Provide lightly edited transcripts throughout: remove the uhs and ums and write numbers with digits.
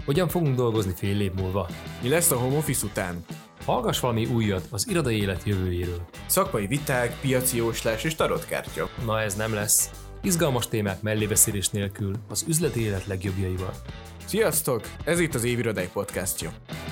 Hogyan fogunk dolgozni fél év múlva? Mi lesz a home office után? Hallgass valami újat az irodai élet jövőjéről. Szakmai viták, piaci jóslás és tarotkártya. Na ez nem lesz. Izgalmas témák mellébeszélés nélkül az üzleti élet legjobbjaival. Sziasztok! Ez itt az Évirodai podcastja.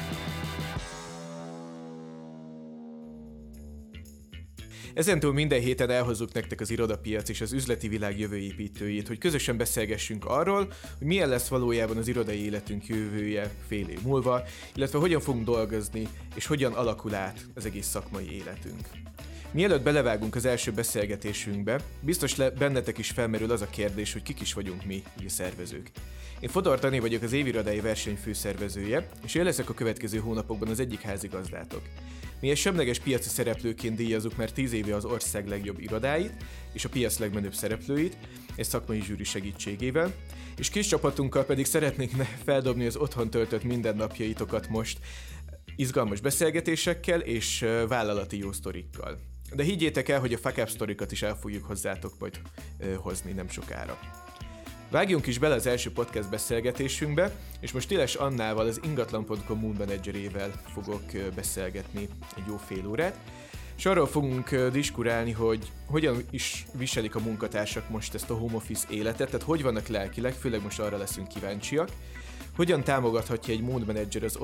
Ezentúl minden héten elhozzuk nektek az irodapiac és az üzleti világ jövőépítőjét, hogy közösen beszélgessünk arról, hogy milyen lesz valójában az irodai életünk jövője fél év múlva, illetve hogyan fogunk dolgozni, és hogyan alakul át az egész szakmai életünk. Mielőtt belevágunk az első beszélgetésünkbe, biztos bennetek is felmerül az a kérdés, hogy kik is vagyunk mi, ugye szervezők. Én Fodor Dani vagyok, az Évirodai verseny főszervezője, és én leszek a következő hónapokban az egyik házigazdátok. Mi egy semleges piaci szereplőként díjazunk már 10 éve az ország legjobb irodáit és a piac legmenőbb szereplőit, egy szakmai zsűri segítségével, és kis csapatunkkal pedig szeretnénk feldobni az otthon töltött mindennapjaitokat most izgalmas beszélgetésekkel és vállalati jó sztorikkal. De higgyétek el, hogy a fuck up sztorikat is el fogjuk hozzátok majd hozni nem sokára. Vágjunk is bele az első podcast beszélgetésünkbe, és most Tiles Annával, az ingatlan.com Mood Managerével fogok beszélgetni egy jó fél órát, és arról fogunk diskurálni, hogy hogyan is viselik a munkatársak most ezt a home office életet, tehát hogy vannak lelkileg, főleg most arra leszünk kíváncsiak, hogyan támogathatja egy Mood Manager az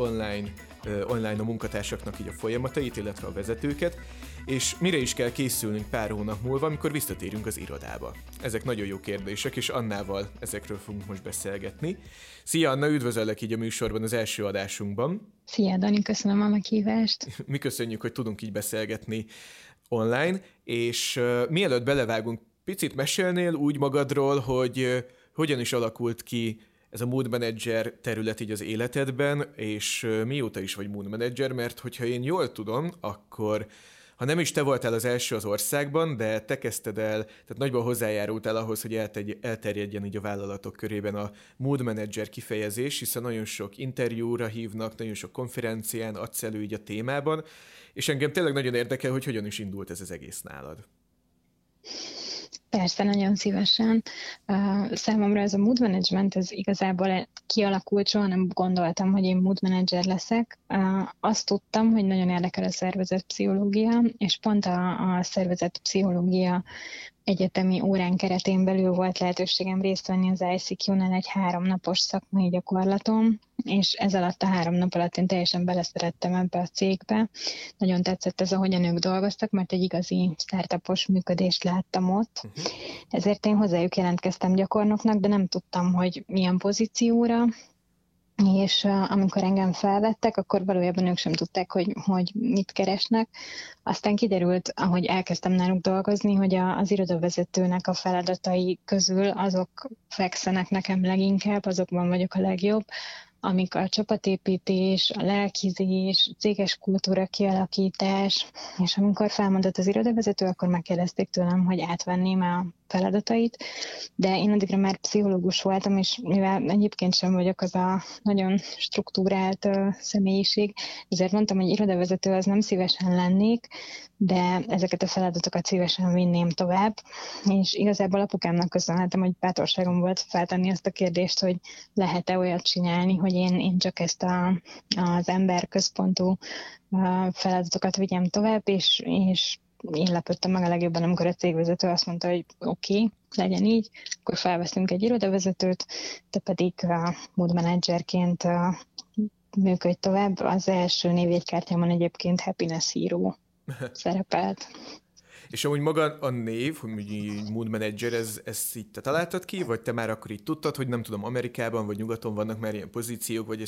online a munkatársaknak így a folyamatait, illetve a vezetőket, és mire is kell készülnünk pár hónap múlva, amikor visszatérünk az irodába. Ezek nagyon jó kérdések, és Annával ezekről fogunk most beszélgetni. Szia Anna, üdvözöllek így a műsorban az első adásunkban. Szia Dani, köszönöm a meghívást. Mi köszönjük, hogy tudunk így beszélgetni online, és mielőtt belevágunk, picit mesélnél úgy magadról, hogy hogyan is alakult ki ez a Mood Manager terület így az életedben, és mióta is vagy Mood Manager, mert hogyha én jól tudom, akkor ha nem is te voltál az első az országban, de te kezdted el, tehát nagyban hozzájárultál ahhoz, hogy elterjedjen így a vállalatok körében a Mood Manager kifejezés, hiszen nagyon sok interjúra hívnak, nagyon sok konferencián adsz elő így a témában, és engem tényleg nagyon érdekel, hogy hogyan is indult ez az egész nálad. Persze, nagyon szívesen. Számomra ez a mood management, ez igazából kialakult, soha nem gondoltam, hogy én mood manager leszek. Azt tudtam, hogy nagyon érdekel a szervezetpszichológia, és pont a szervezetpszichológia egyetemi órán keretén belül volt lehetőségem részt venni az ICQ-nál egy 3 napos szakmai gyakorlatom, és ez alatt a 3 nap alatt én teljesen beleszerettem ebbe a cégbe. Nagyon tetszett ez, ahogyan ők dolgoztak, mert egy igazi startupos működést láttam ott. Ezért én hozzájuk jelentkeztem gyakornoknak, de nem tudtam, hogy milyen pozícióra, és amikor engem felvettek, akkor valójában ők sem tudták, hogy mit keresnek. Aztán kiderült, ahogy elkezdtem náluk dolgozni, hogy az irodavezetőnek a feladatai közül azok fekszenek nekem leginkább, azokban vagyok a legjobb, amik a csapatépítés, a lelkizés, céges kultúra kialakítás, és amikor felmondott az irodavezető, akkor megkérdezték tőlem, hogy átvenném a feladatait, de én addigra már pszichológus voltam, és mivel egyébként sem vagyok az a nagyon struktúrált személyiség, ezért mondtam, hogy irodavezető az nem szívesen lennék, de ezeket a feladatokat szívesen vinném tovább, és igazából apukámnak köszönhetem, hogy bátorságom volt feltenni ezt a kérdést, hogy lehet-e olyat csinálni, hogy én csak ezt az emberközpontú feladatokat vigyem tovább, és én lepődtem meg a legjobban, amikor a cégvezető azt mondta, hogy oké, legyen így, akkor felveszünk egy irodavezetőt, te pedig mood managerként működj tovább. Az első névjegykártyámon egyébként Happiness Hero szerepelt. És amúgy maga a név, hogy Mood Manager, ezt így te találtad ki, vagy te már akkor így tudtad, hogy nem tudom, Amerikában vagy nyugaton vannak már ilyen pozíciók, vagy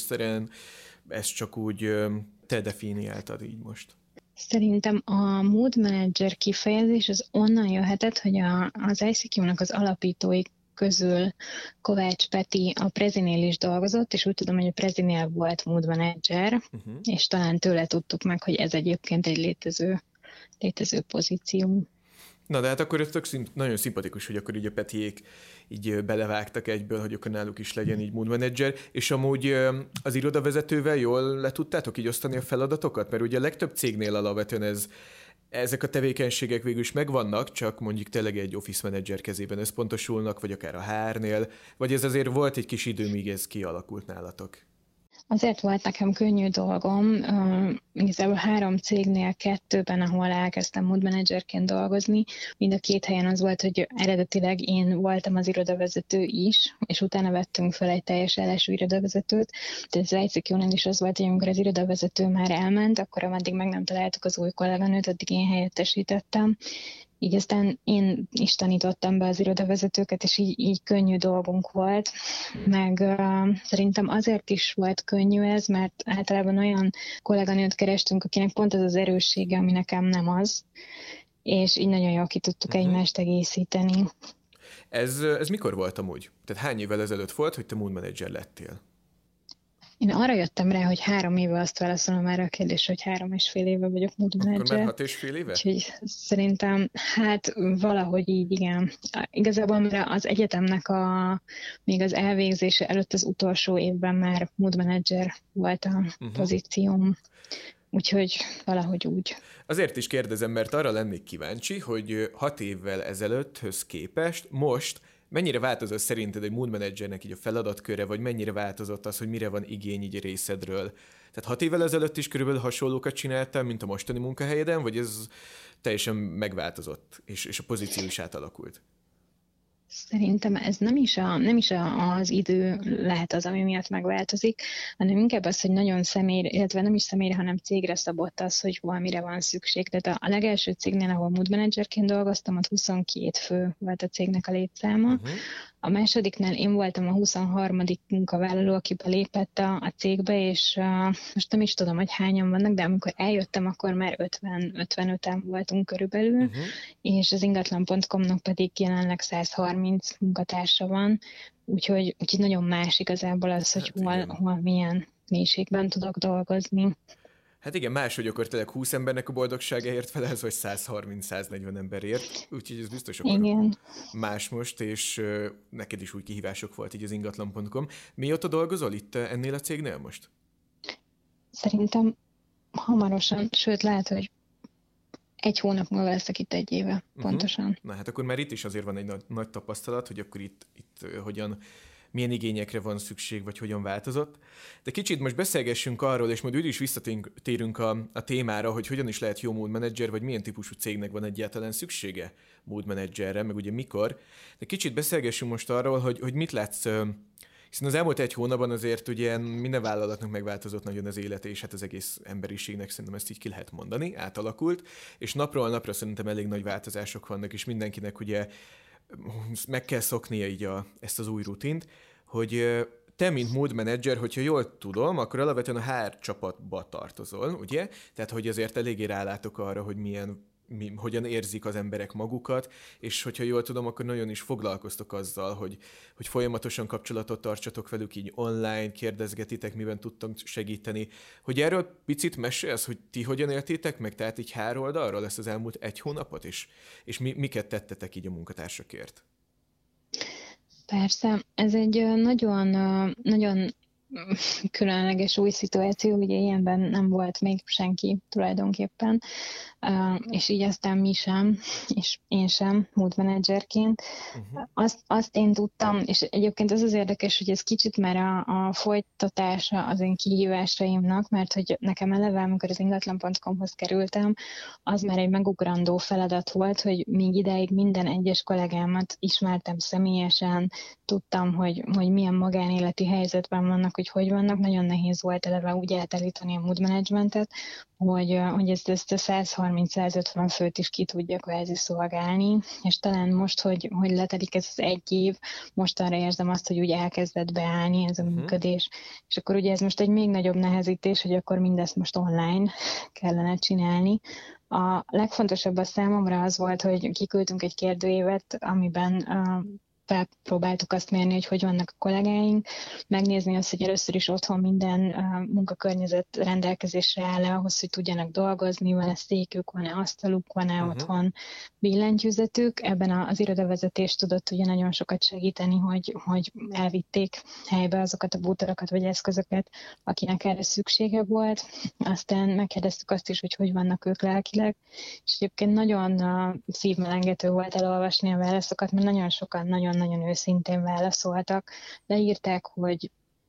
ezt csak úgy te definiáltad így most? Szerintem a Mood Manager kifejezés az onnan jöhetett, hogy az ICQ-nak az alapítói közül Kovács Peti a Prezinél is dolgozott, és úgy tudom, hogy a Prezinél volt Mood Manager, és talán tőle tudtuk meg, hogy ez egyébként egy létező pozíció. Na, de hát akkor ez nagyon szimpatikus, hogy akkor így a Petiék így belevágtak egyből, hogy akkor náluk is legyen így Mood Manager, és amúgy az irodavezetővel jól le tudtátok így osztani a feladatokat? Mert ugye a legtöbb cégnél alapvetően ezek a tevékenységek végül is megvannak, csak mondjuk tényleg egy office manager kezében összpontosulnak, vagy akár a HR-nél, vagy ez azért volt egy kis idő, míg ez kialakult nálatok? Azért volt nekem könnyű dolgom, igazából 3 cégnél, 2-ben, ahol elkezdtem mood managerként dolgozni, mind a 2 helyen az volt, hogy eredetileg én voltam az irodavezető is, és utána vettünk fel egy teljes állású irodavezetőt. Tehát az ICQ-nál is az volt, hogy amikor az irodavezető már elment, akkor ameddig meg nem találtuk az új kolléganőt, addig én helyettesítettem. Így aztán én is tanítottam be az irodavezetőket, és így könnyű dolgunk volt, meg szerintem azért is volt könnyű ez, mert általában olyan kolléganőt kerestünk, akinek pont az az erőssége, ami nekem nem az, és így nagyon jól ki tudtuk egymást egészíteni. Ez mikor volt amúgy? Tehát hány évvel ezelőtt volt, hogy te mood manager lettél? Én arra jöttem rá, hogy 3 éve azt válaszolom erre a kérdésre, hogy 3,5 éve vagyok mood manager. Akkor már 6,5 éve? Úgyhogy szerintem, hát valahogy így, igen. Igazából már az egyetemnek még az elvégzése előtt az utolsó évben már mood manager volt a pozícióm. Úgyhogy valahogy úgy. Azért is kérdezem, mert arra lennék kíváncsi, hogy 6 évvel ezelőtthöz képest most mennyire változott szerinted egy mood managernek így a feladatköre, vagy mennyire változott az, hogy mire van igény így részedről? Tehát 6 évvel ezelőtt is körülbelül hasonlókat csináltál, mint a mostani munkahelyeden, vagy ez teljesen megváltozott, és a pozíció is átalakult? Szerintem ez nem is az idő lehet az, ami miatt megváltozik, hanem inkább az, hogy nagyon személyre, illetve nem is személyre, hanem cégre szabott az, hogy valamire van szükség. Tehát a legelső cégnél, ahol mood managerként dolgoztam, ott 22 fő volt a cégnek a létszáma. A másodiknál én voltam a 23. munkavállaló, aki belépett a cégbe, és most nem is tudom, hogy hányan vannak, de amikor eljöttem, akkor már 50-55-en voltunk körülbelül, és az ingatlan.com-nak pedig jelenleg 130 munkatársa van, úgyhogy nagyon más igazából az, hogy hol milyen mélységben tudok dolgozni. Hát igen, máshogy akkor tényleg 20 embernek a boldogságáért felelsz, vagy 130-140 emberért, úgyhogy ez biztos akkor más most, és neked is új kihívások volt így az ingatlan.com. Mióta dolgozol itt ennél a cégnél most? Szerintem hamarosan, sőt lehet, hogy 1 hónap múlva leszek itt 1 éve, pontosan. Na hát akkor már itt is azért van egy nagy tapasztalat, hogy akkor itt milyen igényekre van szükség, vagy hogyan változott. De kicsit most beszélgessünk arról, és majd úgy is visszatérünk a témára, hogy hogyan is lehet jó mood manager, vagy milyen típusú cégnek van egyáltalán szüksége mood managerre, meg ugye mikor. De kicsit beszélgessünk most arról, hogy mit látsz, hiszen az elmúlt 1 hónapban azért ugye minden vállalatnak megváltozott nagyon az élete, és hát az egész emberiségnek szerintem ezt így ki lehet mondani, átalakult, és napról napra szerintem elég nagy változások vannak, és mindenkinek ugye meg kell szoknia így ezt az új rutint, hogy te, mint mood manager, hogyha jól tudom, akkor alapvetően a HR csapatba tartozol, ugye? Tehát, hogy azért eléggé rálátok arra, hogy hogyan érzik az emberek magukat, és hogyha jól tudom, akkor nagyon is foglalkoztok azzal, hogy folyamatosan kapcsolatot tartsatok velük így online, kérdezgetitek, miben tudtam segíteni. Hogy erről picit mesélsz, hogy ti hogyan éltétek meg, tehát így HR oldalról lesz az elmúlt 1 hónapot, és miket tettetek így a munkatársakért? Persze, ez egy nagyon különleges új szituáció, ugye ilyenben nem volt még senki tulajdonképpen, és így aztán mi sem, és én sem mood managerként. Azt én tudtam, és egyébként az érdekes, hogy ez kicsit már a folytatása az én kihívásaimnak, mert hogy nekem eleve, amikor az ingatlan.com-hoz kerültem, az már egy megugrandó feladat volt, hogy még ideig minden egyes kollégámat ismertem személyesen, tudtam, hogy milyen magánéleti helyzetben vannak, hogy vannak. Nagyon nehéz volt eleve úgy átállítani a mood managementet, hogy ezt a 130-150 főt is ki tudja kvázi szolgálni, és talán most, hogy letelik ez az 1 év, mostanra érzem azt, hogy úgy elkezdett beállni ez a működés, és akkor ugye ez most egy még nagyobb nehezítés, hogy akkor mindezt most online kellene csinálni. A legfontosabb a számomra az volt, hogy kiküldtünk egy kérdőívet, amiben próbáltuk azt mérni, hogy vannak a kollégáink, megnézni azt, hogy először is otthon minden munkakörnyezet rendelkezésre áll ahhoz, hogy tudjanak dolgozni, van-e székük, van-e asztaluk, van-e otthon billentyűzetük. Ebben az irodavezetés tudott ugye nagyon sokat segíteni, hogy elvitték helybe azokat a bútorokat vagy eszközöket, akinek erre szüksége volt. Aztán megkérdeztük azt is, hogy vannak ők lelkileg, és egyébként nagyon szívmelengető volt elolvasni a válaszokat, mert nagyon sokan nagyon őszintén válaszoltak. Leírták, hogy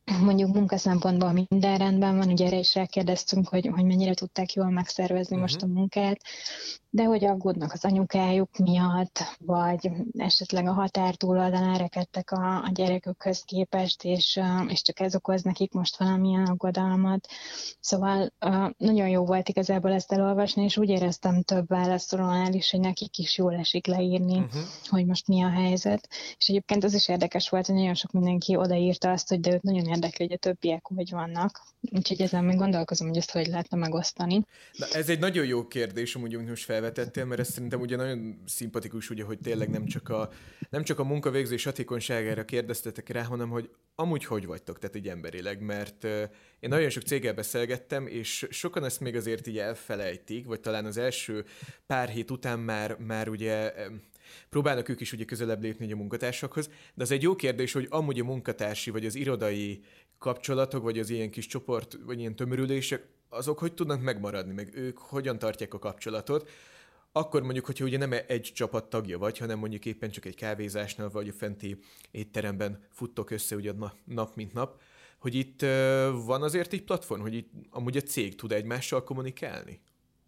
mondjuk munkaszempontból minden rendben van, ugye erre is rákérdeztünk, hogy mennyire tudták jól megszervezni most a munkát, de hogy aggódnak az anyukájuk miatt, vagy esetleg a határ túloldalán rekedtek a gyerekükhöz képest, és csak ez okoz nekik most valamilyen aggodalmat. Szóval nagyon jó volt igazából ezt elolvasni, és úgy éreztem több válaszolónál is, hogy nekik is jól esik leírni, hogy most mi a helyzet. És egyébként az is érdekes volt, hogy nagyon sok mindenki odaírta azt, hogy de őt nagyon érdekli, hogy a többiek hogy vannak. Úgyhogy ezen még gondolkozom, hogy ezt hogy lehetne megosztani. Na, ez egy nagyon jó kérdés, amúgy most felvetettél, mert ez szerintem ugye nagyon szimpatikus, ugye, hogy tényleg nem csak a munkavégzés hatékonyságára kérdeztetek rá, hanem hogy amúgy hogy vagytok, tehát így emberileg, mert én nagyon sok céggel beszélgettem, és sokan ezt még azért így elfelejtik, vagy talán az első pár hét után már ugye próbálnak ők is ugye közelebb lépni a munkatársakhoz, de az egy jó kérdés, hogy amúgy a munkatársi, vagy az irodai kapcsolatok, vagy az ilyen kis csoport, vagy ilyen tömörülések, azok hogy tudnak megmaradni, meg ők hogyan tartják a kapcsolatot, akkor mondjuk, hogyha ugye nem egy csapat tagja vagy, hanem mondjuk éppen csak egy kávézásnál, vagy a fenti étteremben futtok össze ugye nap mint nap, hogy itt van azért egy platform, hogy itt amúgy a cég tud egymással kommunikálni?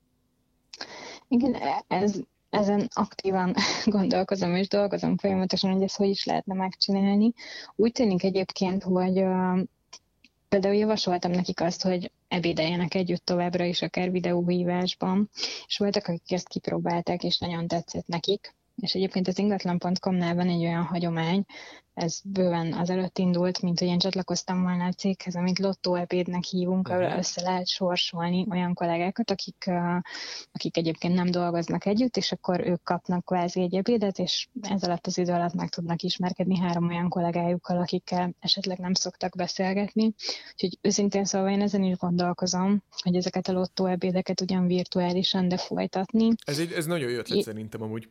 Igen, ezen aktívan gondolkozom és dolgozom folyamatosan, hogy ezt hogy is lehetne megcsinálni. Úgy tűnik egyébként, hogy például javasoltam nekik azt, hogy ebédeljenek együtt továbbra is, akár videóhívásban, és voltak, akik ezt kipróbálták, és nagyon tetszett nekik. És egyébként az ingatlan.com-nál van egy olyan hagyomány, ez bőven azelőtt indult, mint hogy én csatlakoztam volna a céghez, amit lottóebédnek hívunk, ahol össze lehet sorsolni olyan kollégákat, akik egyébként nem dolgoznak együtt, és akkor ők kapnak kvázi egy ebédet, és ez alatt az idő alatt meg tudnak ismerkedni 3 olyan kollégájukkal, akikkel esetleg nem szoktak beszélgetni. Úgyhogy őszintén szóval én ezen is gondolkozom, hogy ezeket a lottóebédeket ugyan virtuálisan, de folytatni. Ez nagyon jó ötlet szerintem amúgy.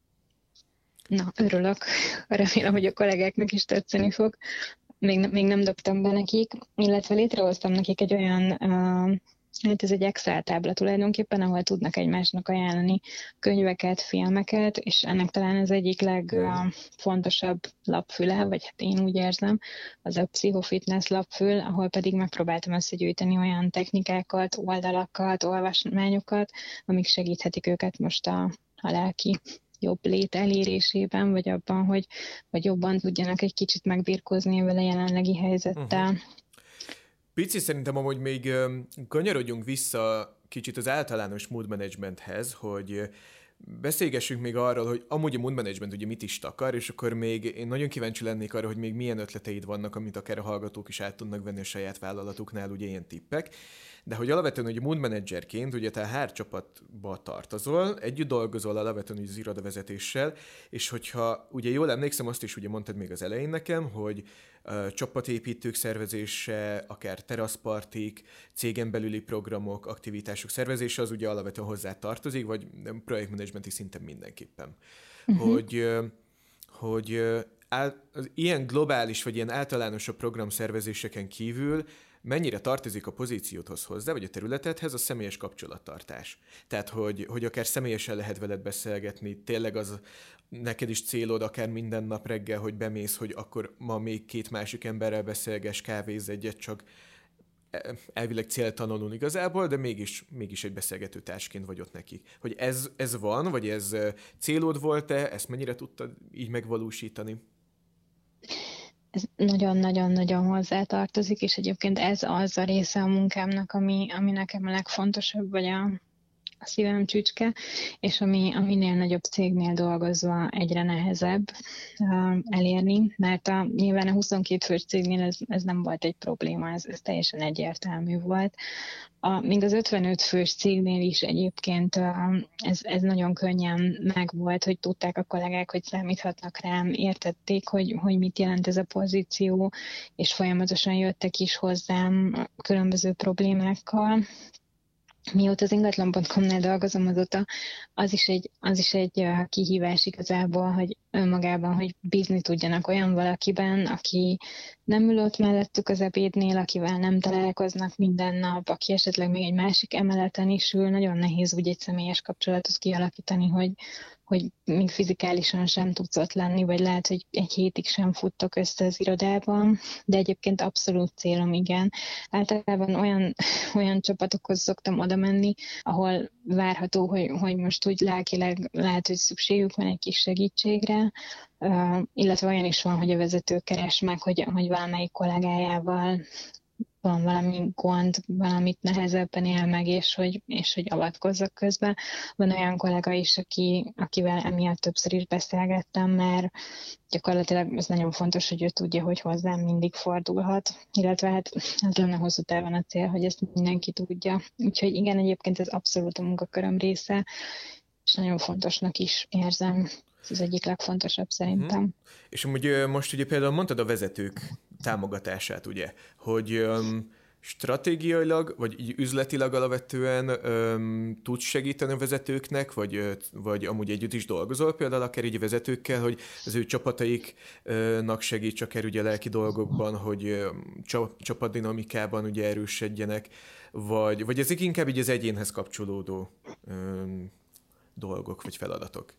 Na, örülök. Remélem, hogy a kollégáknak is tetszeni fog. Még nem dobtam be nekik, illetve létrehoztam nekik egy olyan, hát ez egy Excel tábla tulajdonképpen, ahol tudnak egymásnak ajánlani könyveket, filmeket, és ennek talán az egyik legfontosabb lapfüle, vagy hát én úgy érzem, az a pszichofitness lapfül, ahol pedig megpróbáltam összegyűjteni olyan technikákat, oldalakat, olvasmányokat, amik segíthetik őket most a lelki jobb lét elérésében, vagy abban, hogy jobban tudjanak egy kicsit megbirkózni vele jelenlegi helyzettel. Pici, szerintem amúgy még kanyarodjunk vissza kicsit az általános mood managementhez, hogy beszélgessünk még arról, hogy amúgy a mood management ugye mit is takar, és akkor még én nagyon kíváncsi lennék arra, hogy még milyen ötleteid vannak, amit akár a hallgatók is át tudnak venni a saját vállalatuknál, ugye ilyen tippek. De hogy alapvetően ugye mood managerként, ugye te HR csapatba tartozol, együtt dolgozol alapvetően az irodavezetéssel, és hogyha ugye jól emlékszem, azt is ugye mondtad még az elején nekem, hogy csapatépítők szervezése, akár teraszpartik, cégen belüli programok, aktivitások szervezése, az ugye alapvetően hozzá tartozik, vagy projektmenedzsmenti szinten mindenképpen. Hogy az ilyen globális, vagy ilyen általánosabb programszervezéseken kívül mennyire tartozik a pozíciódhoz hozzá, vagy a területedhez a személyes kapcsolattartás. Tehát, hogy akár személyesen lehet veled beszélgetni, tényleg az neked is célod, akár minden nap reggel, hogy bemész, hogy akkor ma még 2 másik emberrel beszélgess, kávézz egyet, csak elvileg céltalanul igazából, de mégis egy beszélgető társként vagy ott nekik. Hogy ez van, vagy ez célod volt-e, ezt mennyire tudtad így megvalósítani? Ez nagyon-nagyon-nagyon hozzátartozik, és egyébként ez az a része a munkámnak, ami nekem a legfontosabb, vagy a szívem csücske, és aminél nagyobb cégnél dolgozva egyre nehezebb elérni, mert nyilván a 22 fős cégnél ez nem volt egy probléma, ez teljesen egyértelmű volt. Még az 55 fős cégnél is egyébként ez nagyon könnyen megvolt, hogy tudták a kollégák, hogy számíthatnak rám, értették, hogy mit jelent ez a pozíció, és folyamatosan jöttek is hozzám különböző problémákkal. Mióta az ingatlan.com-nál dolgozom, azóta az is egy kihívás igazából, hogy önmagában, hogy bízni tudjanak olyan valakiben, aki nem ül ott mellettük az ebédnél, akivel nem találkoznak minden nap, aki esetleg még egy másik emeleten is ül. Nagyon nehéz úgy egy személyes kapcsolatot kialakítani, hogy még fizikálisan sem tudsz ott lenni, vagy lehet, hogy egy hétig sem futtok össze az irodában, de egyébként abszolút célom, igen. Általában olyan csapatokhoz szoktam oda menni, ahol várható, hogy most úgy lelkileg lehet, hogy szükségük van egy kis segítségre, illetve olyan is van, hogy a vezető keres meg, hogy valamelyik kollégájával van valami gond, valamit nehezebben él meg, és hogy avatkozzak közben. Van olyan kollega is, akivel emiatt többször is beszélgettem, mert gyakorlatilag ez nagyon fontos, hogy ő tudja, hogy hozzám mindig fordulhat, illetve hát ez lenne hosszú távon a cél, hogy ezt mindenki tudja. Úgyhogy igen, egyébként ez abszolút a munkaköröm része, és nagyon fontosnak is érzem. Ez az egyik legfontosabb szerintem. És amúgy most ugye például mondtad a vezetők támogatását, ugye, hogy stratégiailag, vagy így üzletileg alapvetően tudsz segíteni a vezetőknek, vagy amúgy együtt is dolgozol például akár így vezetőkkel, hogy az ő csapataiknak segíts akár ugye lelki dolgokban, hogy csapatdinamikában ugye erősödjenek, vagy ezek inkább így az egyénhez kapcsolódó dolgok, vagy feladatok?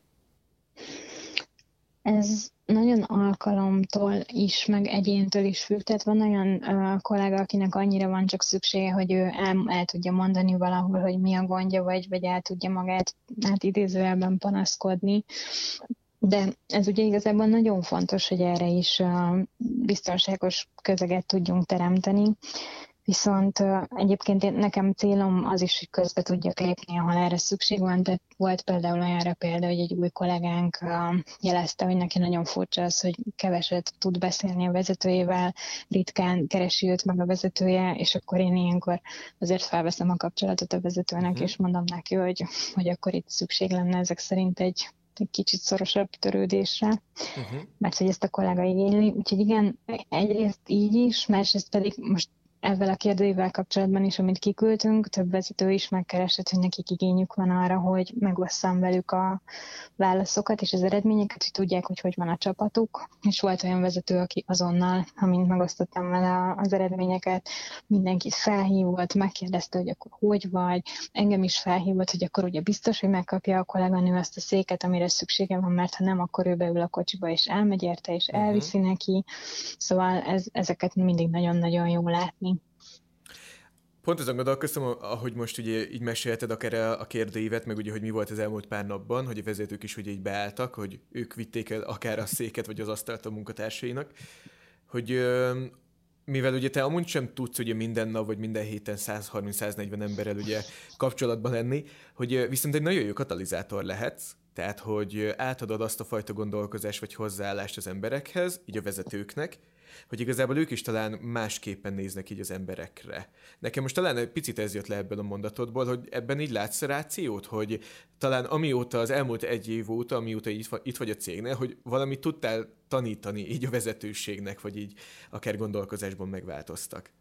Ez nagyon alkalomtól is, meg egyéntől is függ. Tehát van olyan kollega, akinek annyira van csak szüksége, hogy ő el tudja mondani valahol, hogy mi a gondja, vagy el tudja magát idézőjelben panaszkodni. De ez ugye igazából nagyon fontos, hogy erre is biztonságos közeget tudjunk teremteni. Viszont egyébként nekem célom az is, hogy közbe tudjak lépni, ahol erre szükség van. Tehát volt például olyanra példa, hogy egy új kollégánk jelezte, hogy neki nagyon furcsa az, hogy keveset tud beszélni a vezetőjével, ritkán keresi őt meg a vezetője, és akkor én ilyenkor azért felveszem a kapcsolatot a vezetőnek, és mondom neki, hogy akkor itt szükség lenne ezek szerint egy kicsit szorosabb törődésre, mert hogy ezt a kollega igényli. Úgyhogy igen, egyrészt így is, másrészt pedig most ezzel a kérdőivel kapcsolatban is, amit kiküldtünk, több vezető is megkeresett, hogy nekik igényük van arra, hogy megosszam velük a válaszokat és az eredményeket, hogy tudják, hogy van a csapatuk. És volt olyan vezető, aki azonnal, amint megosztottam vele az eredményeket, mindenkit felhívott, megkérdezte, hogy akkor hogy vagy, engem is felhívott, hogy akkor ugye biztos, hogy megkapja a kolléganő azt a széket, amire szüksége van, mert ha nem, akkor ő beül a kocsiba, és elmegy érte, és elviszi neki. Szóval ezeket mindig nagyon-nagyon jó látni. Pont azon gondolkoztam, ahogy most ugye így mesélted akár a kérdőívet, meg ugye, hogy mi volt az elmúlt pár napban, hogy a vezetők is ugye így beálltak, hogy ők vitték el akár a széket, vagy az asztalt a munkatársainak, hogy mivel ugye te amúgy sem tudsz ugye minden nap, vagy minden héten 130-140 emberrel ugye kapcsolatban lenni, hogy viszont egy nagyon jó katalizátor lehetsz, tehát hogy átadod azt a fajta gondolkozást, vagy hozzáállást az emberekhez, így a vezetőknek, hogy igazából ők is talán másképpen néznek így az emberekre. Nekem most talán egy picit ez jött le ebből a mondatodból, hogy ebben így látsz a rációt, hogy talán amióta az elmúlt egy év óta, amióta itt vagy a cégnél, hogy valamit tudtál tanítani így a vezetőségnek, vagy így akár gondolkozásban megváltoztak.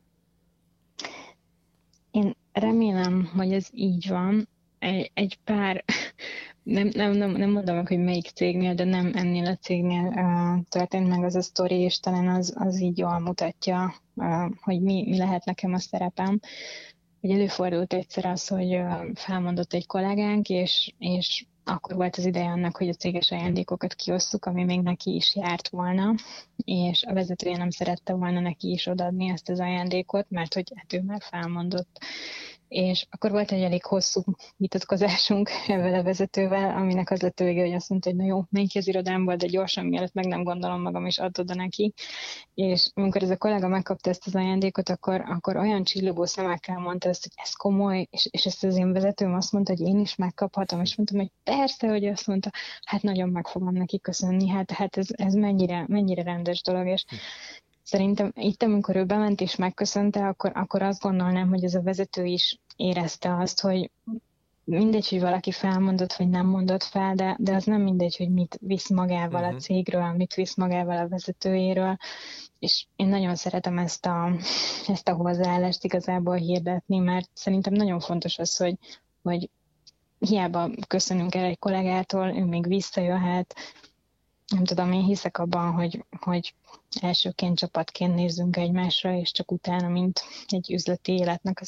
Én remélem, hogy ez így van. Egy pár, nem mondom meg, hogy melyik cégnél, de nem ennél a cégnél történt meg az a sztori, és talán az így jól mutatja, hogy mi lehet nekem a szerepem. Hogy előfordult egyszer az, hogy felmondott egy kollégánk, és akkor volt az ideje annak, hogy a céges ajándékokat kiosszuk, ami még neki is járt volna, és a vezetője nem szerette volna neki is odaadni ezt az ajándékot, mert hogy hát ő már felmondott. És akkor volt egy elég hosszú vitatkozásunk ezzel a vezetővel, aminek az lett a vége, hogy azt mondta, hogy na jó, menj ki az irodámból, de gyorsan, mielőtt meg nem gondolom magam, és add oda neki. És amikor ez a kollega megkapta ezt az ajándékot, akkor olyan csillogó szemekkel mondta azt, hogy ez komoly, és ezt az én vezetőm azt mondta, hogy én is megkaphatom, és mondtam, hogy persze, hogy azt mondta, hát nagyon meg fogom neki köszönni, hát ez mennyire rendes dolog, és szerintem itt, amikor ő bement és megköszönte, akkor azt gondolnám, hogy ez a vezető is érezte azt, hogy mindegy, hogy valaki felmondott, vagy nem mondott fel, de az nem mindegy, hogy mit visz magával a cégről, mit visz magával a vezetőjéről, és én nagyon szeretem ezt a hozzáállást igazából hirdetni, mert szerintem nagyon fontos az, hogy hiába köszönünk el egy kollégától, ő még visszajöhet. Nem tudom, én hiszek abban, hogy elsőként csapatként nézzünk egymásra, és csak utána, mint egy üzleti életnek a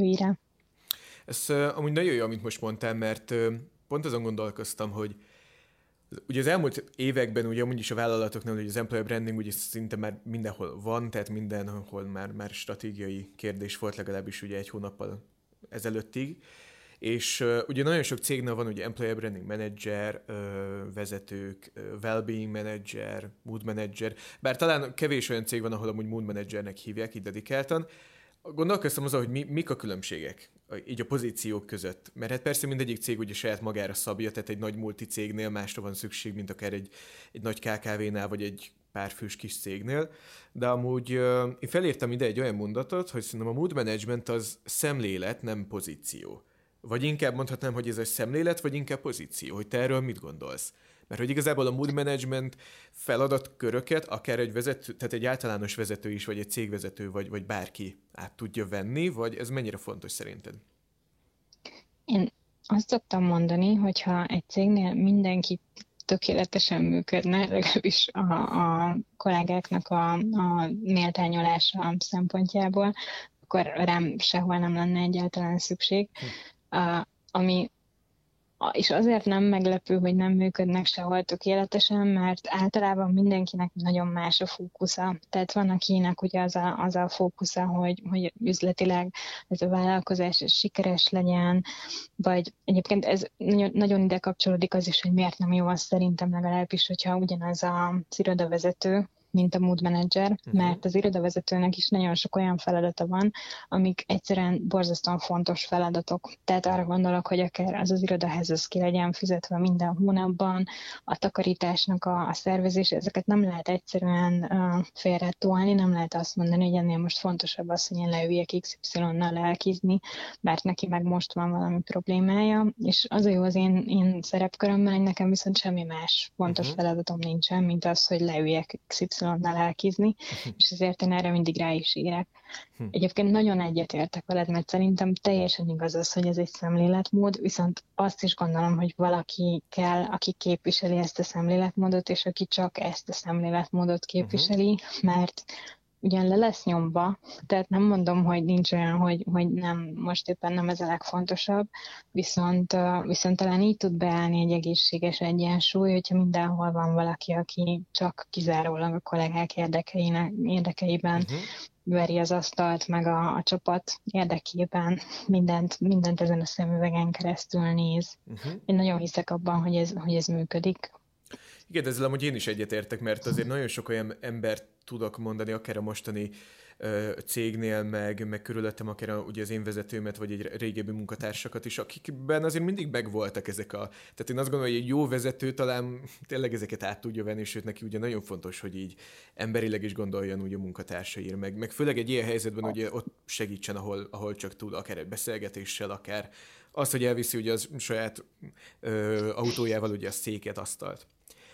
szereplőire. Ez amúgy nagyon jó, amit most mondtál, mert pont azon gondolkoztam, hogy Ugye az elmúlt években, ugye amúgy is a vállalatoknál, hogy az employer branding ugye szinte már mindenhol van, tehát mindenhol már stratégiai kérdés volt, legalábbis ugye 1 hónappal ezelőttig. És ugye nagyon sok cégnél van ugye employer branding manager, vezetők, well-being manager, mood manager, bár talán kevés olyan cég van, ahol amúgy mood managernek hívják, így dedikáltan. Gondolkoztam azon, hogy mik a különbségek így a pozíciók között. Mert hát persze mindegyik cég ugye saját magára szabja, tehát egy nagy multicégnél másra van szükség, mint akár egy nagy KKV-nál, vagy egy pár fős kis cégnél. De amúgy én felírtam ide egy olyan mondatot, hogy szerintem a mood management az szemlélet, nem pozíció. Vagy inkább mondhatnám, hogy ez egy szemlélet, vagy inkább pozíció. Hogy te erről mit gondolsz? Mert hogy igazából a mood management feladatköröket akár egy vezető, tehát egy általános vezető is, vagy egy cégvezető, vagy bárki át tudja venni, vagy ez mennyire fontos szerinted? Én azt szoktam mondani, hogyha egy cégnél mindenki tökéletesen működne, legalábbis a kollégáknak a méltányolása szempontjából, akkor rám sehol nem lenne egyáltalán szükség. És azért nem meglepő, hogy nem működnek sehol tökéletesen, mert általában mindenkinek nagyon más a fókusza. Tehát van, akinek ugye az a fókusza, hogy üzletileg ez a vállalkozás ez sikeres legyen, vagy egyébként ez nagyon ide kapcsolódik az is, hogy miért nem jó az szerintem legalábbis, hogyha ugyanaz az irodavezető, mint a mood manager, mert az irodavezetőnek is nagyon sok olyan feladata van, amik egyszerűen borzasztóan fontos feladatok. Tehát arra gondolok, hogy akár az irodaház ki legyen fizetve minden hónapban, a takarításnak a szervezés, ezeket nem lehet egyszerűen félretolni, nem lehet azt mondani, hogy ennél most fontosabb az, hogy én leüljek XY-nal lelkizni, mert neki meg most van valami problémája, és az a jó az én szerepkörömmel, hogy nekem viszont semmi más fontos feladatom nincsen, mint az, hogy leüljek XY-nál elkizni, és ezért én erre mindig rá is írek. Egyébként nagyon egyetértek veled, mert szerintem teljesen igaz az, hogy ez egy szemléletmód, viszont azt is gondolom, hogy valaki kell, aki képviseli ezt a szemléletmódot, és aki csak ezt a szemléletmódot képviseli, mert ugyan le lesz nyomva, tehát nem mondom, hogy nincs olyan, hogy nem, most éppen nem ez a legfontosabb, viszont talán így tud beállni egy egészséges egyensúly, hogyha mindenhol van valaki, aki csak kizárólag a kollégák érdekeiben veri az asztalt, meg a csapat érdekében mindent ezen a szemüvegen keresztül néz. Én nagyon hiszek abban, hogy ez működik. Igen, ezzel amúgy én is egyetértek, mert azért nagyon sok olyan embert tudok mondani, akár a mostani cégnél, meg körülöttem akár ugye az én vezetőmet, vagy egy régebbi munkatársakat is, akikben azért mindig megvoltak ezek Tehát én azt gondolom, hogy egy jó vezető talán tényleg ezeket át tudja venni, sőt neki ugye nagyon fontos, hogy így emberileg is gondoljon úgy a munkatársaira, meg főleg egy ilyen helyzetben ugye ott segítsen, ahol csak tud, akár egy beszélgetéssel, akár az, hogy elviszi ugye az saját autójával ugye a széket, asztalt.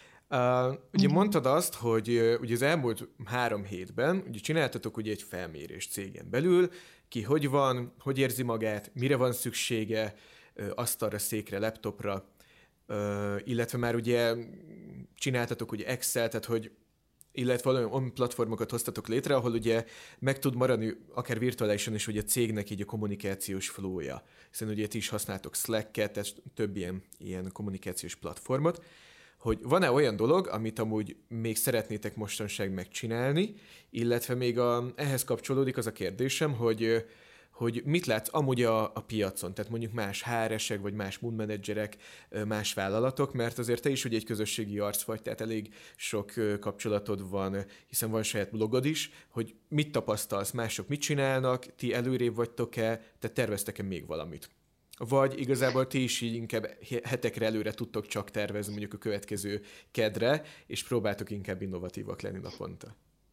Ugye mondtad azt, hogy ugye az elmúlt 3 hétben ugye csináltatok ugye egy felmérést cégen belül, ki hogy van, hogy érzi magát, mire van szüksége, asztalra, székre, laptopra, illetve már ugye csináltatok ugye Excel, tehát hogy illetve olyan platformokat hoztatok létre, ahol ugye meg tud maradni akár virtuálisan is ugye a cégnek így a kommunikációs flowja. Hiszen ugye ti is használtok Slack-et, tehát több ilyen kommunikációs platformot. Hogy van-e olyan dolog, amit amúgy még szeretnétek mostanság megcsinálni, illetve még ehhez kapcsolódik az a kérdésem, hogy mit látsz amúgy a piacon, tehát mondjuk más HR-esek, vagy más mood managerek, más vállalatok, mert azért te is ugye egy közösségi arc vagy, tehát elég sok kapcsolatod van, hiszen van saját blogod is, hogy mit tapasztalsz, mások mit csinálnak, ti előrébb vagytok-e, te terveztek-e még valamit? Vagy igazából ti is így inkább hetekre előre tudtok csak tervezni mondjuk a következő kedre, és próbáltok inkább innovatívak lenni naponta?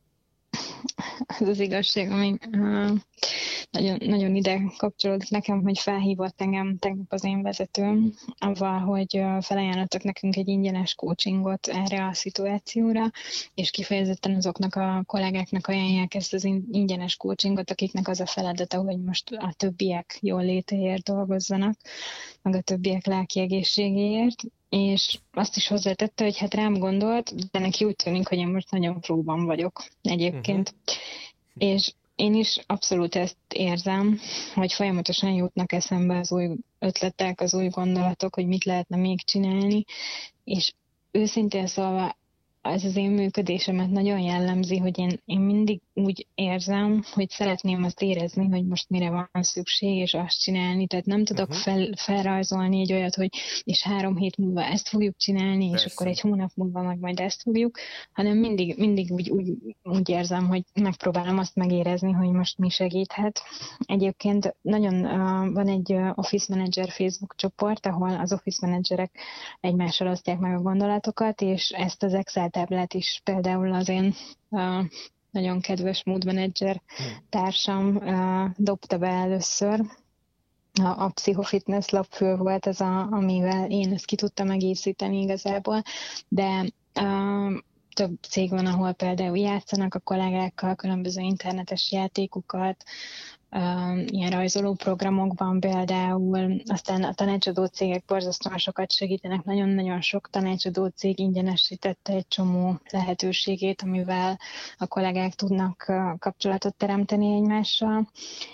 Ez az igazság, ami nagyon, nagyon ide kapcsolódik nekem, hogy felhívott engem tegnap az én vezetőm, avval, hogy felajánlottak nekünk egy ingyenes coachingot erre a szituációra, és kifejezetten azoknak a kollégáknak ajánlják ezt az ingyenes coachingot, akiknek az a feladata, hogy most a többiek jól létéért dolgozzanak, meg a többiek lelki egészségéért, és azt is hozzátette, hogy hát rám gondolt, de neki úgy tűnik, hogy én most nagyon próban vagyok egyébként. És én is abszolút ezt érzem, hogy folyamatosan jutnak eszembe az új ötletek, az új gondolatok, hogy mit lehetne még csinálni, és őszintén szólva ez az én működésemet nagyon jellemzi, hogy én mindig úgy érzem, hogy szeretném azt érezni, hogy most mire van szükség, és azt csinálni. Tehát nem tudok felrajzolni egy olyat, hogy és 3 hét múlva ezt fogjuk csinálni, és akkor egy hónap múlva meg majd ezt fogjuk, hanem mindig úgy érzem, hogy megpróbálom azt megérezni, hogy most mi segíthet. Egyébként nagyon van egy Office Manager Facebook csoport, ahol az Office Managerek egymással osztják meg a gondolatokat, és ezt az Excel táblát is például az én nagyon kedves Mood Manager társam dobta be először. A Psychofitness lapfő volt az, amivel én ezt ki tudtam egészíteni igazából, de több cég van, ahol például játszanak a kollégákkal különböző internetes játékokat, ilyen rajzoló programokban például, aztán a tanácsadó cégek borzasztóan sokat segítenek, nagyon-nagyon sok tanácsadó cég ingyenesítette egy csomó lehetőségét, amivel a kollégák tudnak kapcsolatot teremteni egymással,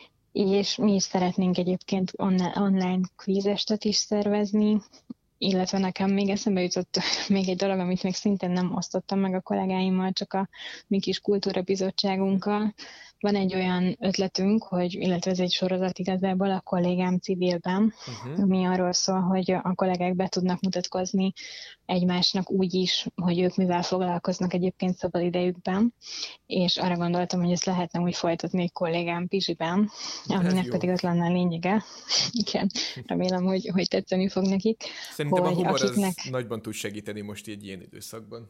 és mi is szeretnénk egyébként online kvízestet is szervezni, illetve nekem még eszembe jutott még egy dolog, amit még szintén nem osztottam meg a kollégáimmal, csak a mi kis kultúrabizottságunkkal. Van egy olyan ötletünk, illetve ez egy sorozat igazából a Kollégám civilben, ami arról szól, hogy a kollégák be tudnak mutatkozni egymásnak úgy is, hogy ők mivel foglalkoznak egyébként szabad idejükben, és arra gondoltam, hogy ezt lehetne úgy folytatni egy Kollégám Pizsiben, aminek pedig az lenne a lényege. Igen, remélem, hogy tetszeni fog nekik. Szerintem a humor az nagyban tud segíteni most egy ilyen időszakban.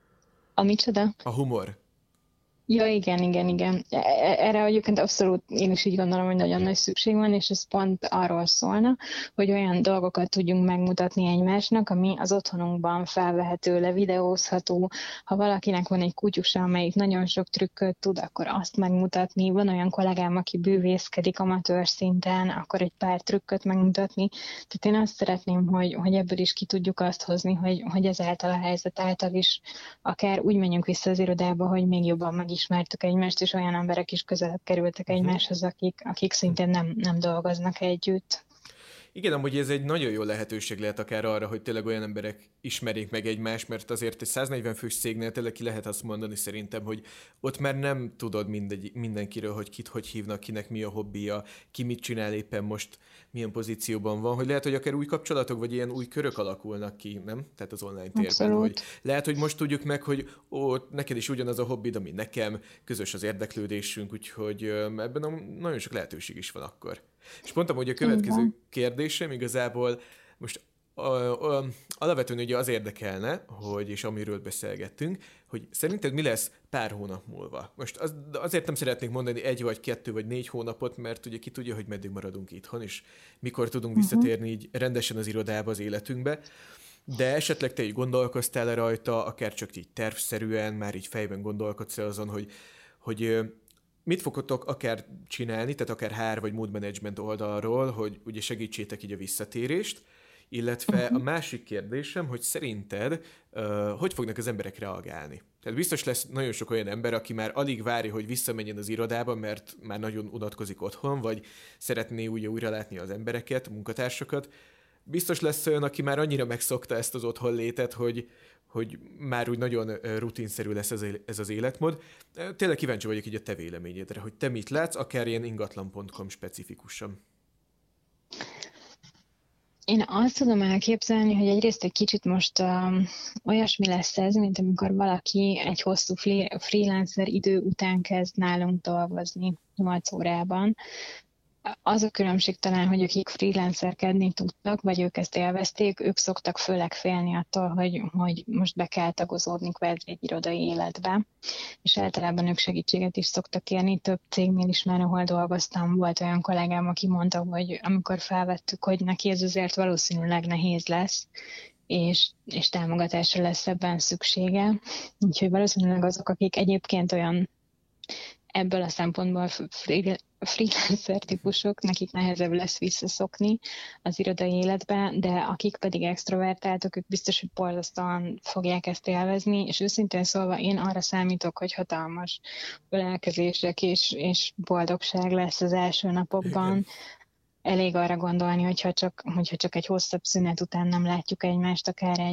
A micsoda? A humor. Ja, igen. Erre egyébként abszolút én is így gondolom, hogy nagyon nagy szükség van, és ez pont arról szólna, hogy olyan dolgokat tudjunk megmutatni egymásnak, ami az otthonunkban felvehető, levideózható. Ha valakinek van egy kutyusa, amelyik nagyon sok trükköt tud, akkor azt megmutatni. Van olyan kollégám, aki bűvészkedik amatőr szinten, akkor egy pár trükköt megmutatni. Tehát én azt szeretném, hogy ebből is ki tudjuk azt hozni, hogy ezáltal a helyzet által is akár úgy menjünk vissza az irodába, hogy még jobban megismertük egymást, és olyan emberek is közelebb kerültek egymáshoz, akik szintén nem dolgoznak együtt. Igen, amúgy ez egy nagyon jó lehetőség lehet akár arra, hogy tényleg olyan emberek ismerjék meg egymást, mert azért egy 140 fős cégnél tényleg ki lehet azt mondani szerintem, hogy ott már nem tudod mindenkiről, hogy kit hogy hívnak, kinek mi a hobbija, ki mit csinál éppen most, milyen pozícióban van, hogy lehet, hogy akár új kapcsolatok, vagy ilyen új körök alakulnak ki, nem? Tehát az online térben. Abszolút. Hogy lehet, hogy most tudjuk meg, hogy neked is ugyanaz a hobbid, ami nekem, közös az érdeklődésünk, úgyhogy ebben nagyon sok lehetőség is van akkor. És mondtam, hogy a következő kérdésem igazából most alapvetően ugye az érdekelne, és amiről beszélgettünk, hogy szerinted mi lesz pár hónap múlva? Most azért nem szeretnék mondani 1 vagy 2 vagy 4 hónapot, mert ugye ki tudja, hogy meddig maradunk itthon, és mikor tudunk visszatérni így rendesen az irodába, az életünkbe. De esetleg te így gondolkoztál rajta, akár csak így tervszerűen, már így fejben gondolkodsz azon, hogy mit fogtok akár csinálni, tehát akár HR vagy mood management oldalról, hogy ugye segítsétek így a visszatérést, illetve a másik kérdésem, hogy szerinted hogy fognak az emberek reagálni? Tehát biztos lesz nagyon sok olyan ember, aki már alig várja, hogy visszamenjen az irodába, mert már nagyon unatkozik otthon, vagy szeretné újra látni az embereket, a munkatársakat. Biztos lesz olyan, aki már annyira megszokta ezt az otthon létet, hogy már úgy nagyon rutinszerű lesz ez az életmód. Tényleg kíváncsi vagyok így a te véleményedre, hogy te mit látsz, akár ilyen ingatlan.com specifikusan. Én azt tudom elképzelni, hogy egyrészt egy kicsit most olyasmi lesz ez, mint amikor valaki egy hosszú freelancer idő után kezd nálunk dolgozni 8 órában. Az a különbség talán, hogy akik freelancerkedni tudtak, vagy ők ezt élvezték, ők szoktak főleg félni attól, hogy most be kell tagozódni kvázi egy irodai életbe, és általában ők segítséget is szoktak kérni. Több cégnél is már, ahol dolgoztam, volt olyan kollégám, aki mondta, hogy amikor felvettük, hogy neki ez azért valószínűleg nehéz lesz, és támogatásra lesz ebben szüksége. Úgyhogy valószínűleg azok, akik egyébként olyan ebből a szempontból freelancer típusok, nekik nehezebb lesz visszaszokni az irodai életbe, de akik pedig extrovertáltak, ők biztos, hogy borzasztóan fogják ezt élvezni, és őszintén szólva én arra számítok, hogy hatalmas ölelkezések és boldogság lesz az első napokban. elég arra gondolni, hogyha csak egy hosszabb szünet után nem látjuk egymást, akár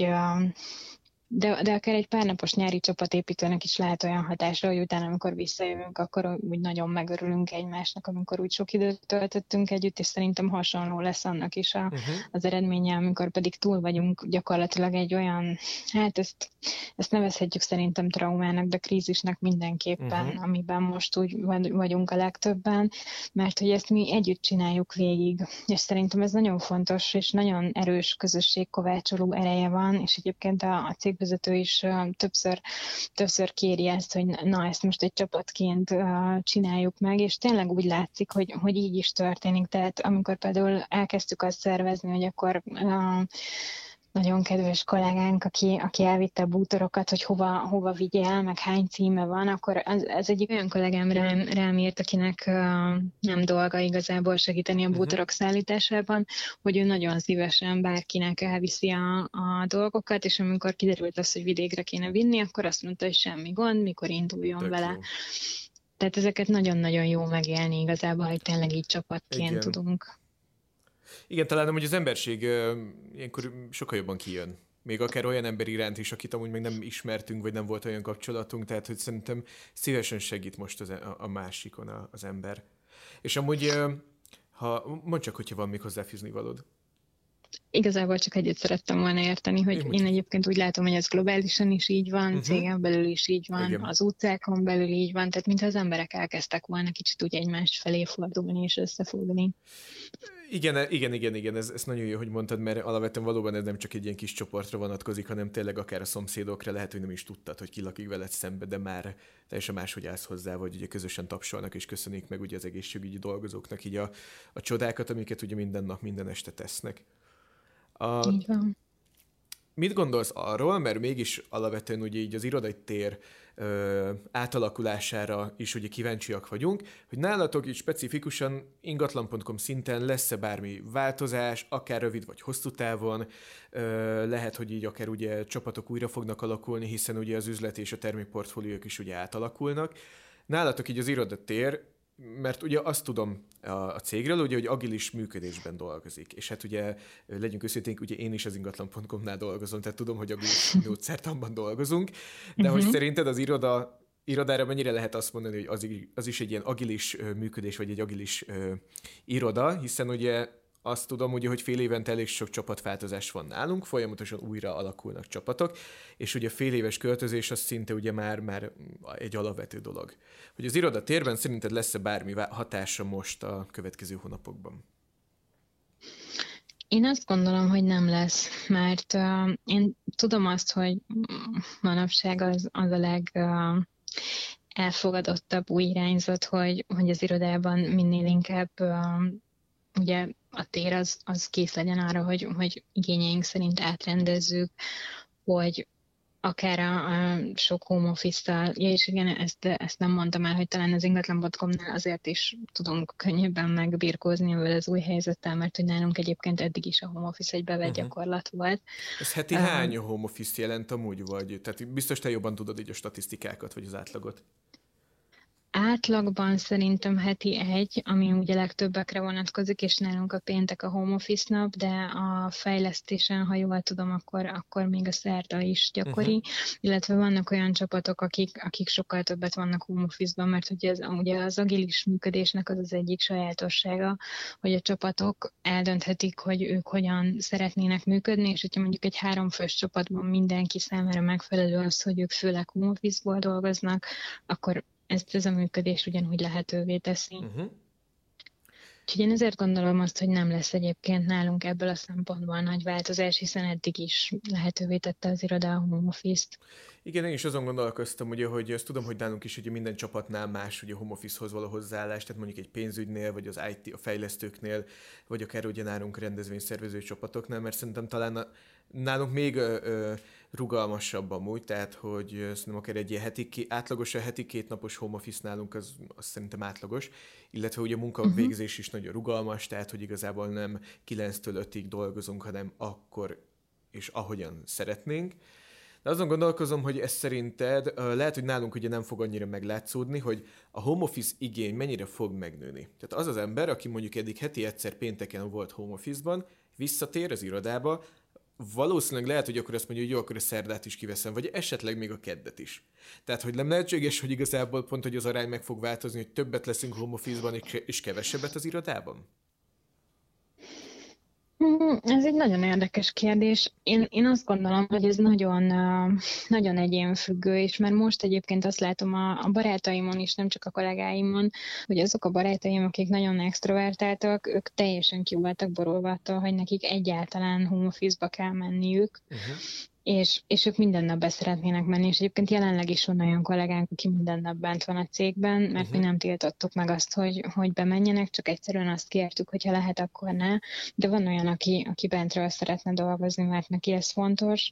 de akár egy pár napos nyári csapatépítőnek is lehet olyan hatása, hogy utána, amikor visszajövünk, akkor úgy nagyon megörülünk egymásnak, amikor úgy sok időt töltöttünk együtt, és szerintem hasonló lesz annak is az eredménye, amikor pedig túl vagyunk gyakorlatilag egy olyan, hát ezt nevezhetjük szerintem traumának, de krízisnek mindenképpen, amiben most úgy vagyunk a legtöbben, mert hogy ezt mi együtt csináljuk végig, és szerintem ez nagyon fontos, és nagyon erős közösségkovácsoló ereje van, és egyébként a cégvezető is többször kéri ezt, hogy na, ezt most egy csapatként csináljuk meg, és tényleg úgy látszik, hogy így is történik. Tehát amikor például elkezdtük azt szervezni, hogy akkor nagyon kedves kollégánk, aki elvitte a bútorokat, hogy hova vigye el, meg hány címe van, akkor ez egyik olyan kollégám rám írt, akinek nem dolga igazából segíteni a bútorok szállításában, hogy ő nagyon szívesen bárkinek elviszi a dolgokat, és amikor kiderült az, hogy vidékre kéne vinni, akkor azt mondta, hogy semmi gond, mikor induljon Tök vele. jó. Tehát ezeket nagyon-nagyon jó megélni igazából, hogy tényleg így csapatként tudunk. Igen, talán hogy az emberség ilyenkor sokkal jobban kijön. Még akár olyan ember iránt is, akit amúgy még nem ismertünk, vagy nem volt olyan kapcsolatunk, tehát hogy szerintem szívesen segít most a másikon az ember. És amúgy, mondd csak, hogyha van még hozzáfűzni valód. Igazából csak egyet szerettem volna érteni, hogy én egyébként úgy látom, hogy ez globálisan is így van, cégen belül is így van, igen. Az utcákon belül így van, tehát mintha az emberek elkezdtek volna kicsit úgy egymást felé fordulni és összefogni. Igen, ez nagyon jó, hogy mondtad, mert alapvetően valóban ez nem csak egy ilyen kis csoportra vonatkozik, hanem tényleg akár a szomszédokra, lehet, hogy nem is tudtad, hogy ki lakik veled szembe, de már teljesen máshogy állsz hozzá, vagy ugye közösen tapsolnak és köszönik meg ugye az egészségügyi dolgozóknak így a csodákat, amiket ugye minden nap, minden este tesznek. Így van. Mit gondolsz arról, mert mégis alapvetően ugye így az irodai tér átalakulására is ugye kíváncsiak vagyunk, hogy nálatok így specifikusan ingatlan.com szinten lesz-e bármi változás, akár rövid vagy hosszú távon, lehet, hogy így akár ugye csapatok újra fognak alakulni, hiszen ugye az üzlet és a termékportfóliók is ugye átalakulnak. Nálatok így az irodatér, mert ugye azt tudom a cégről, ugye, hogy agilis működésben dolgozik. És hát ugye, legyünk őszinték, ugye én is az ingatlan.com-nál dolgozom, tehát tudom, hogy agilis módszertanban dolgozunk, de hogy szerinted az irodára mennyire lehet azt mondani, hogy az is egy ilyen agilis működés, vagy egy agilis iroda, hiszen ugye azt tudom, ugye, hogy fél évente elég sok csapatváltozás van nálunk, folyamatosan újra alakulnak csapatok, és ugye fél éves költözés az szinte ugye már egy alapvető dolog. Hogy az irodatérben szerinted lesz-e bármi hatása most a következő hónapokban? Én azt gondolom, hogy nem lesz, mert én tudom azt, hogy manapság az a elfogadottabb új irányzat, hogy az irodában minél inkább ugye a tér az kész legyen arra, hogy igényeink szerint átrendezzük, hogy akár a sok home office-tal, és igen, ezt nem mondtam el, hogy talán az ingatlan.com-nál azért is tudunk könnyebben megbirkózni vele az új helyzettel, mert hogy nálunk egyébként eddig is a home office egy bevett gyakorlat volt. Ez heti hány home office jelent amúgy, vagy? Tehát biztos te jobban tudod így a statisztikákat, vagy az átlagot? Átlagban szerintem heti egy, ami ugye legtöbbekre vonatkozik, és nálunk a péntek a home office nap, de a fejlesztésen, ha jól tudom, akkor még a szerda is gyakori, illetve vannak olyan csapatok, akik sokkal többet vannak home office-ban, mert ugye az agilis működésnek az egyik sajátossága, hogy a csapatok eldönthetik, hogy ők hogyan szeretnének működni, és hogyha mondjuk egy 3 fős csapatban mindenki számára megfelelő az, hogy ők főleg home office-ból dolgoznak, akkor ez a működés ugyanúgy lehetővé teszi. Úgyhogy én ezért gondolom azt, hogy nem lesz egyébként nálunk ebből a szempontból nagy változás, hiszen eddig is lehetővé tette az iroda a home office-t. Igen, én is azon gondolkoztam, ugye, hogy azt tudom, hogy nálunk is ugye minden csapatnál más ugye home office-hoz való hozzáállás, tehát mondjuk egy pénzügynél, vagy az IT, a fejlesztőknél, vagy akár ugye nálunk rendezvényszervező csapatoknál, mert szerintem talán nálunk még rugalmasabb amúgy, tehát hogy szerintem akár egy ilyen átlagosan heti 2 napos home office nálunk, az szerintem átlagos, illetve ugye a munkavégzés is nagyon rugalmas, tehát hogy igazából nem 9-től 5-ig dolgozunk, hanem akkor és ahogyan szeretnénk. De azon gondolkozom, hogy ez szerinted, lehet, hogy nálunk ugye nem fog annyira meglátszódni, hogy a home office igény mennyire fog megnőni. Tehát az az ember, aki mondjuk eddig heti egyszer pénteken volt home office-ban, visszatér az irodába, valószínűleg lehet, hogy akkor azt mondja, hogy jó, akkor a szerdát is kiveszem, vagy esetleg még a keddet is. Tehát, hogy nem lehetséges, hogy igazából pont, hogy az arány meg fog változni, hogy többet leszünk home office-ban és kevesebbet az irodában? Ez egy nagyon érdekes kérdés. Én azt gondolom, hogy ez nagyon, nagyon egyénfüggő, és már most egyébként azt látom a barátaimon is, nem csak a kollégáimon, hogy azok a barátaim, akik nagyon extrovertáltak, ők teljesen ki voltak borulva attól, hogy nekik egyáltalán home office-ba kell menniük. És ők minden nap be szeretnének menni, és egyébként jelenleg is van olyan kollégánk, aki minden nap bent van a cégben, mert mi nem tiltottuk meg azt, hogy bemenjenek, csak egyszerűen azt kértük, hogyha lehet, akkor ne. De van olyan, aki bentről szeretne dolgozni, mert neki ez fontos,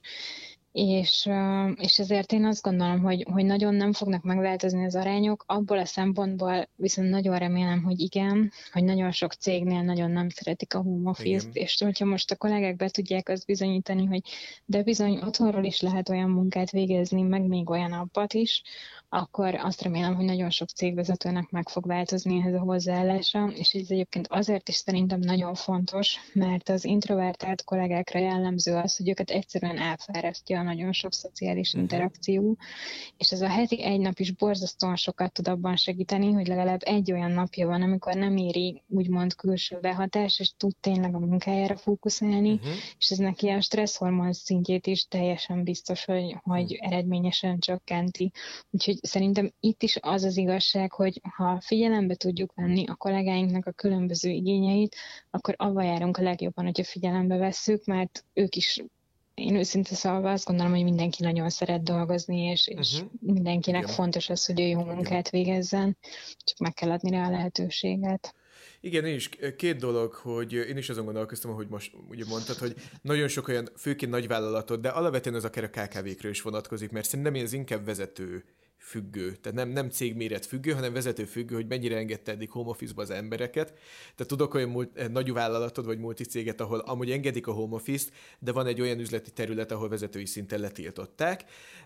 és ezért én azt gondolom, hogy nagyon nem fognak megváltozni az arányok, abból a szempontból viszont nagyon remélem, hogy igen, hogy nagyon sok cégnél nagyon nem szeretik a home office-t, és hogyha most a kollégák be tudják azt bizonyítani, hogy de bizony otthonról is lehet olyan munkát végezni, meg még olyan abbat is, akkor azt remélem, hogy nagyon sok cégvezetőnek meg fog változni ehhez a hozzáállása, és ez egyébként azért is szerintem nagyon fontos, mert az introvertált kollégákra jellemző az, hogy őket egyszerűen elfárasztja nagyon sok szociális interakció, és ez a heti egy nap is borzasztóan sokat tud abban segíteni, hogy legalább egy olyan napja van, amikor nem éri úgymond külső behatás, és tud tényleg a munkájára fókuszálni, és ez neki a stresszhormon szintjét is teljesen biztos, hogy eredményesen csökkenti. Úgyhogy szerintem itt is az az igazság, hogy ha figyelembe tudjuk venni a kollégáinknak a különböző igényeit, akkor avval járunk a legjobban, hogyha figyelembe vesszük, mert ők is, én őszintén szólva azt gondolom, hogy mindenki nagyon szeret dolgozni, és mindenkinek fontos az, hogy ő jó munkát végezzen, csak meg kell adni rá a lehetőséget. Igen, én is két dolog, hogy én is azon gondolkoztam, hogy most ugye mondtad, hogy nagyon sok olyan, főként nagyvállalatot, de alapvetően az akár a KKV-kről is vonatkozik, mert szerintem ez inkább vezető függő, tehát nem cégméret függő, hanem vezető függő, hogy mennyire engedte eddig home office-ba az embereket. Tehát tudok olyan nagy vállalatod vagy multicéget, ahol amúgy engedik a home office-t, de van egy olyan üzleti terület, ahol vezetői szinten letiltották,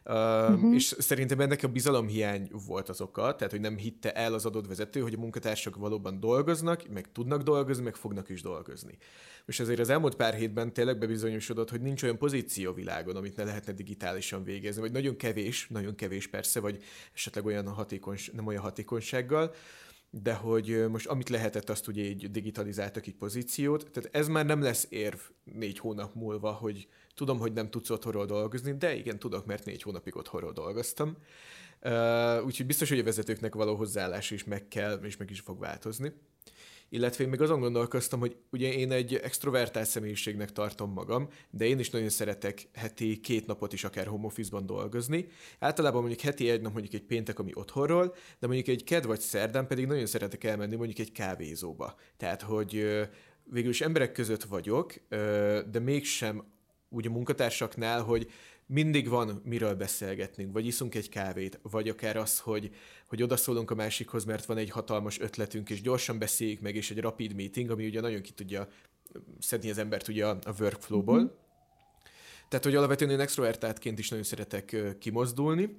és szerintem ennek a bizalomhiány volt az oka, tehát hogy nem hitte el az adott vezető, hogy a munkatársak valóban dolgoznak, meg tudnak dolgozni, meg fognak is dolgozni. És azért az elmúlt pár hétben tényleg bebizonyosodott, hogy nincs olyan pozíció világon, amit ne lehetne digitálisan végezni, vagy nagyon kevés persze, vagy esetleg nem olyan hatékonysággal, de hogy most amit lehetett, azt ugye így digitalizáltak egy pozíciót, tehát ez már nem lesz érv 4 hónap múlva, hogy tudom, hogy nem tudsz otthonról dolgozni, de igen, tudok, mert 4 hónapig otthonról dolgoztam. Úgyhogy biztos, hogy a vezetőknek való hozzáállás is meg kell, és meg is fog változni. Illetve én még azon gondolkoztam, hogy ugye én egy extrovertált személyiségnek tartom magam, de én is nagyon szeretek heti 2 napot is akár home office-ban dolgozni. Általában mondjuk heti 1 nap mondjuk egy péntek, ami otthonról, de mondjuk egy kedd vagy szerdán pedig nagyon szeretek elmenni mondjuk egy kávézóba. Tehát, hogy végül is emberek között vagyok, de mégsem úgy a munkatársaknál, hogy mindig van miről beszélgetnünk, vagy iszunk egy kávét, vagy akár az, hogy odaszólunk a másikhoz, mert van egy hatalmas ötletünk, és gyorsan beszéljük meg, és egy rapid meeting, ami ugye nagyon ki tudja szedni az embert ugye a workflow-ból. Tehát, hogy alapvetően én extrovertáltként is nagyon szeretek kimozdulni,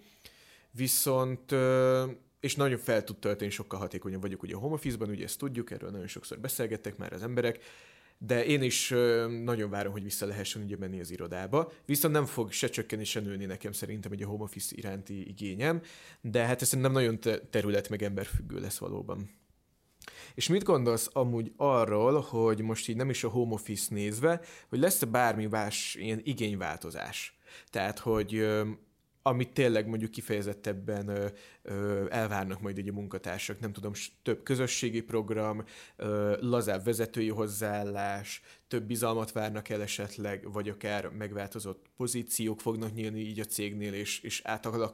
viszont és nagyon fel tud tölteni, sokkal hatékonyabb vagyok ugye a home office-ban, ugye ezt tudjuk, erről nagyon sokszor beszélgettek már az emberek, de én is nagyon várom, hogy vissza lehessen ugye menni az irodába. Viszont nem fog se csökkenni, se nőni nekem szerintem egy a home office iránti igényem, de hát ez szerintem nagyon terület meg emberfüggő lesz valóban. És mit gondolsz amúgy arról, hogy most így nem is a home office nézve, hogy lesz-e bármi más ilyen igényváltozás? Tehát, hogy amit tényleg mondjuk kifejezettebben elvárnak majd egy a munkatársak, nem tudom, több közösségi program, lazább vezetői hozzáállás, több bizalmat várnak el esetleg, vagy akár megváltozott pozíciók fognak nyílni így a cégnél, és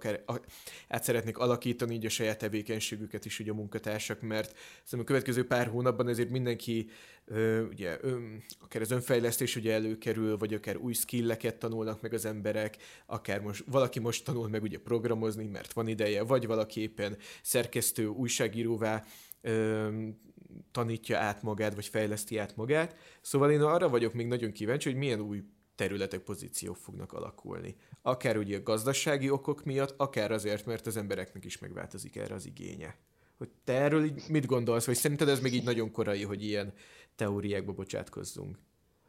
át szeretnék alakítani így a saját tevékenységüket is ugye a munkatársak, mert szerintem a következő pár hónapban ezért mindenki ugye, akár az önfejlesztés ugye előkerül, vagy akár új skilleket tanulnak meg az emberek, akár valaki most tanul meg ugye programozni, mert van ideje, vagy valaki éppen szerkesztő, újságíróvá tanítja át magát, vagy fejleszti át magát. Szóval én arra vagyok még nagyon kíváncsi, hogy milyen új területek, pozíciók fognak alakulni. Akár ugye a gazdasági okok miatt, akár azért, mert az embereknek is megváltozik erre az igénye. Hogy te erről így mit gondolsz, vagy szerinted ez még így nagyon korai, hogy ilyen teóriákba bocsátkozzunk?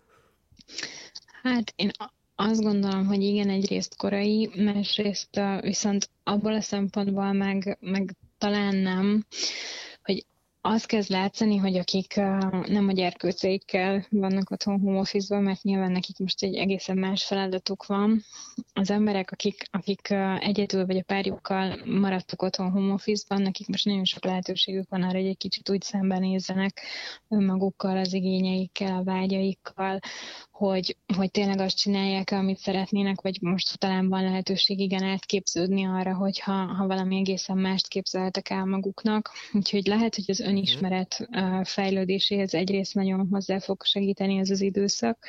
Hát én azt gondolom, hogy igen, egyrészt korai, másrészt viszont abból a szempontból meg talán nem, hogy azt kezd látszani, hogy akik nem a gyerkőceikkel vannak otthon home office-ban, mert nyilván nekik most egy egészen más feladatuk van. Az emberek, akik egyedül vagy a párjukkal maradtak otthon home office-ban, nekik most nagyon sok lehetőségük van arra, hogy egy kicsit úgy szembenézzenek önmagukkal, az igényeikkel, a vágyaikkal, hogy tényleg azt csinálják, amit szeretnének, vagy most talán van lehetőség igen átképződni arra, hogyha valami egészen mást képzeltek el maguknak. Úgyhogy lehet, hogy az önismeret fejlődéséhez egyrészt nagyon hozzá fog segíteni ez az időszak,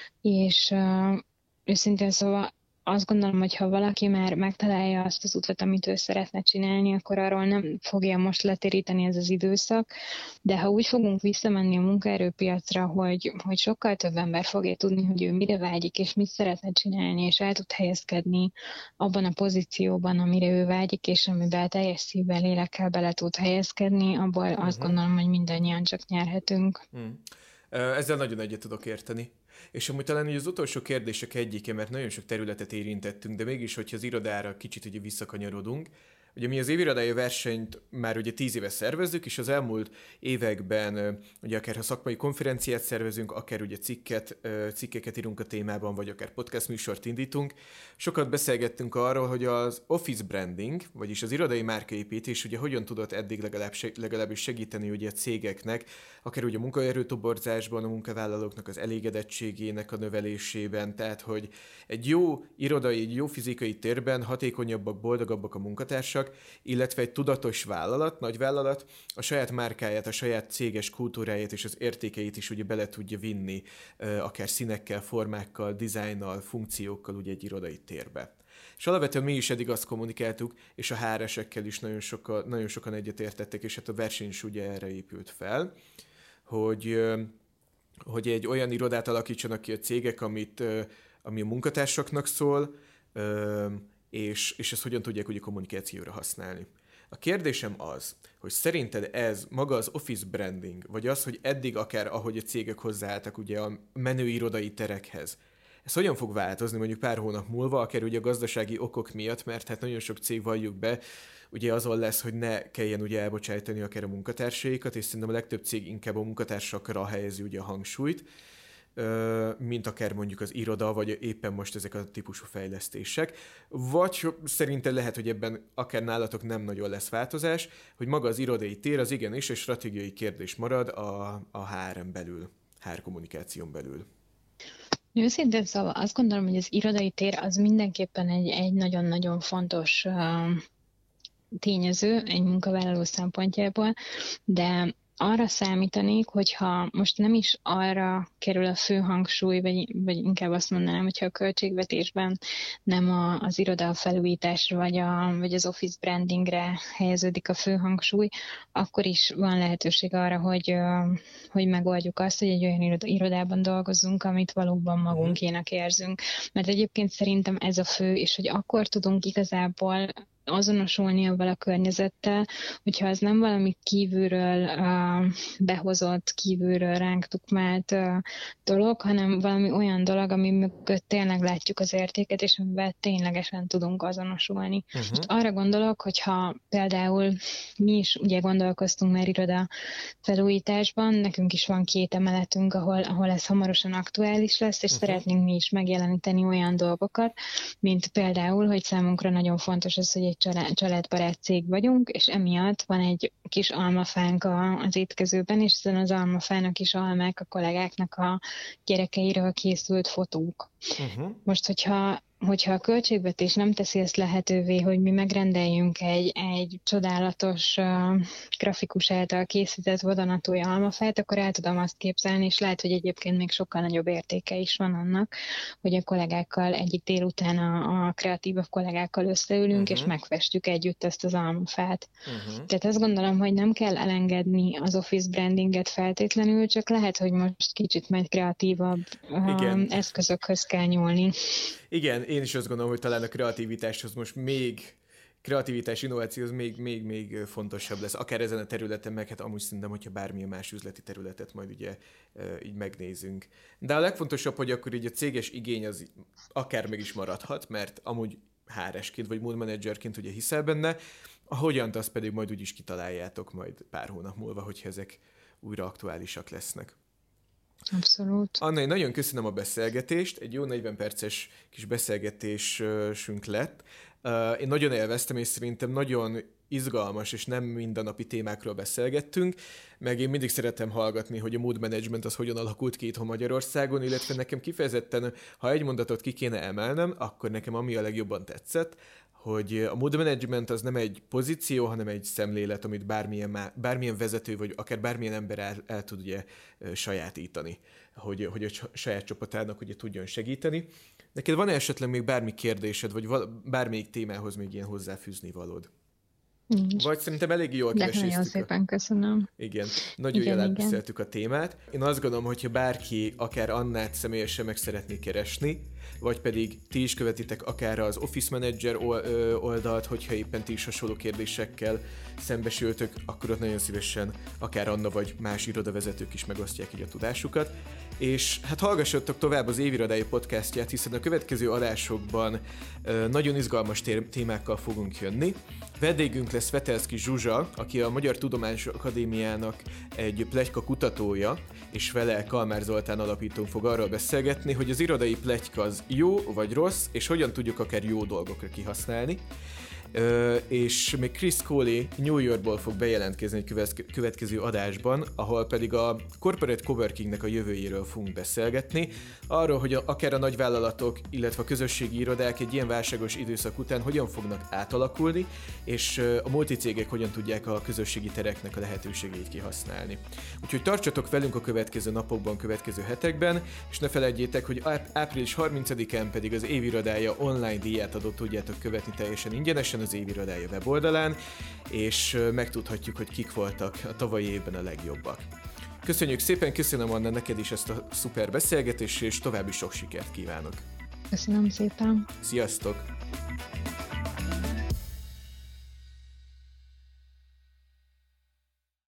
és őszintén szóval azt gondolom, hogy ha valaki már megtalálja azt az utat, amit ő szeretne csinálni, akkor arról nem fogja most letéríteni ez az időszak, de ha úgy fogunk visszamenni a munkaerőpiacra, hogy sokkal több ember fogja tudni, hogy ő mire vágyik, és mit szeretne csinálni, és el tud helyezkedni abban a pozícióban, amire ő vágyik, és amiben teljes szívvel, lélekkel bele tud helyezkedni, abból azt gondolom, hogy mindannyian csak nyerhetünk. Ezzel nagyon egyet tudok érteni. És amúgy talán az utolsó kérdések egyike, mert nagyon sok területet érintettünk, de mégis, hogyha az irodára kicsit ugye visszakanyarodunk, ugye mi az évirodai versenyt már ugye 10 éve szervezzük, és az elmúlt években ugye akár ha szakmai konferenciát szervezünk, akár ugye cikkeket írunk a témában, vagy akár podcast műsort indítunk, sokat beszélgettünk arról, hogy az office branding, vagyis az irodai márkaépítés ugye hogyan tudott eddig legalábbis segíteni ugye a cégeknek, akár ugye a munkaerőtoborzásban, a munkavállalóknak az elégedettségének a növelésében, tehát hogy egy jó irodai, egy jó fizikai térben hatékonyabbak, boldogabbak a munkatársak, illetve egy tudatos vállalat, nagyvállalat a saját márkáját, a saját céges kultúráját és az értékeit is ugye bele tudja vinni, akár színekkel, formákkal, dizájnnal, funkciókkal ugye egy irodai térbe. És alapvetően mi is eddig azt kommunikáltuk, és a HR-esekkel is nagyon sokan egyetértettek, és hát a verseny is ugye erre épült fel, hogy egy olyan irodát alakítsanak ki a cégek, ami a munkatársaknak szól, és ezt hogyan tudják ugye kommunikációra használni. A kérdésem az, hogy szerinted ez maga az office branding, vagy az, hogy eddig akár ahogy a cégek hozzáálltak ugye a menő irodai terekhez, ez hogyan fog változni mondjuk pár hónap múlva, akár ugye a gazdasági okok miatt, mert hát nagyon sok cég, valljuk be, ugye azon lesz, hogy ne kelljen ugye elbocsájtani akár a munkatársaikat, és szerintem a legtöbb cég inkább a munkatársakra helyezi ugye a hangsúlyt, mint akár mondjuk az iroda, vagy éppen most ezek a típusú fejlesztések. Vagy szerinted lehet, hogy ebben akár nálatok nem nagyon lesz változás, hogy maga az irodai tér az igenis egy stratégiai kérdés marad a HR-en belül, HR kommunikáción belül. Őszintén szóval azt gondolom, hogy az irodai tér az mindenképpen egy nagyon-nagyon fontos tényező egy munkavállaló szempontjából, de arra számítanik, hogyha most nem is arra kerül a fő hangsúly, vagy inkább azt mondanám, hogyha a költségvetésben nem az iroda felújításra, vagy az office brandingre helyeződik a fő hangsúly, akkor is van lehetőség arra, hogy megoldjuk azt, hogy egy olyan irodában dolgozzunk, amit valóban magunkénak érzünk. Mert egyébként szerintem ez a fő, és hogy akkor tudunk igazából azonosulni avval a környezettel, hogyha az nem valami kívülről behozott, kívülről ránk tukmált dolog, hanem valami olyan dolog, ami mögött tényleg látjuk az értéket, és amivel ténylegesen tudunk azonosulni. Most arra gondolok, hogyha például mi is ugye gondolkoztunk már iroda felújításban, nekünk is van 2 emeletünk, ahol ez hamarosan aktuális lesz, és szeretnénk mi is megjeleníteni olyan dolgokat, mint például, hogy számunkra nagyon fontos az, hogy egy családbarát cég vagyunk, és emiatt van egy kis almafánk az étkezőben, és ezen az almafának is almák a kollégáknak a gyerekeiről készült fotók. Most, hogyha a költségvetés nem teszi ezt lehetővé, hogy mi megrendeljünk egy csodálatos grafikus által készített vadonatúj almafát, akkor el tudom azt képzelni, és lehet, hogy egyébként még sokkal nagyobb értéke is van annak, hogy a kollégákkal egyik délután a kreatívabb kollégákkal összeülünk, és megfestjük együtt ezt az almafát. Tehát azt gondolom, hogy nem kell elengedni az office brandinget feltétlenül, csak lehet, hogy most kicsit majd kreatívabb eszközökhöz kell nyúlni. Igen, én is azt gondolom, hogy talán a kreativitáshoz most még kreativitás, innovációhoz még fontosabb lesz, akár ezen a területen, meg hát amúgy szerintem, hogyha bármilyen más üzleti területet majd ugye így megnézünk. De a legfontosabb, hogy akkor így a céges igény az akár meg is maradhat, mert amúgy HR-esként vagy mood managerként ugye hiszel benne, a hogyant azt pedig majd úgyis kitaláljátok majd pár hónap múlva, hogyha ezek újra aktuálisak lesznek. Abszolút. Anna, én nagyon köszönöm a beszélgetést, egy jó 40 perces kis beszélgetésünk lett. Én nagyon élveztem, és szerintem nagyon izgalmas, és nem mindennapi témákról beszélgettünk, meg én mindig szeretem hallgatni, hogy a mood management az hogyan alakult ki itthon Magyarországon, illetve nekem kifejezetten, ha egy mondatot ki kéne emelnem, akkor nekem ami a legjobban tetszett, hogy a mood management az nem egy pozíció, hanem egy szemlélet, amit bármilyen vezető, vagy akár bármilyen ember el tud ugye sajátítani, hogy a saját csapatának ugye tudjon segíteni. Neked van esetleg még bármi kérdésed, vagy bármelyik témához még ilyen hozzáfűzni valód? Nincs. Vagy szerintem elég jól kiveséztük. De nagyon szépen köszönöm. Igen, nagyon jól átbeszéltük a témát. Én azt gondolom, hogyha bárki akár Annát személyesen meg szeretné keresni, vagy pedig ti is követitek akár az Office Manager oldalt, hogyha éppen ti is hasonló kérdésekkel szembesültök, akkor ott nagyon szívesen akár Anna vagy más irodavezetők is megosztják így a tudásukat. És hát hallgassatok tovább az Évirodája podcastját, hiszen a következő adásokban nagyon izgalmas témákkal fogunk jönni. Vendégünk lesz Vetelszky Zsuzsa, aki a Magyar Tudományos Akadémiának egy pletyka kutatója, és vele Kalmár Zoltán alapítón fog arról beszélgetni, hogy az irodai pletyka az jó vagy rossz, és hogyan tudjuk akár jó dolgokra kihasználni. És még Chris Coley New Yorkból fog bejelentkezni egy következő adásban, ahol pedig a corporate coworkingnek a jövőjéről fogunk beszélgetni, arról, hogy akár a nagyvállalatok, illetve a közösségi irodák egy ilyen válságos időszak után hogyan fognak átalakulni, és a multicégek hogyan tudják a közösségi tereknek a lehetőségeit kihasználni. Úgyhogy tartsatok velünk a következő napokban, következő hetekben, és ne felejtjétek, hogy április 30-án pedig az Évirodája online díjátadót tudjátok követni teljesen ingyenesen az Évirodája weboldalán, és megtudhatjuk, hogy kik voltak a tavalyi évben a legjobbak. Köszönjük szépen, köszönöm Anna neked is ezt a szuper beszélgetést, és további sok sikert kívánok. Köszönöm szépen. Sziasztok!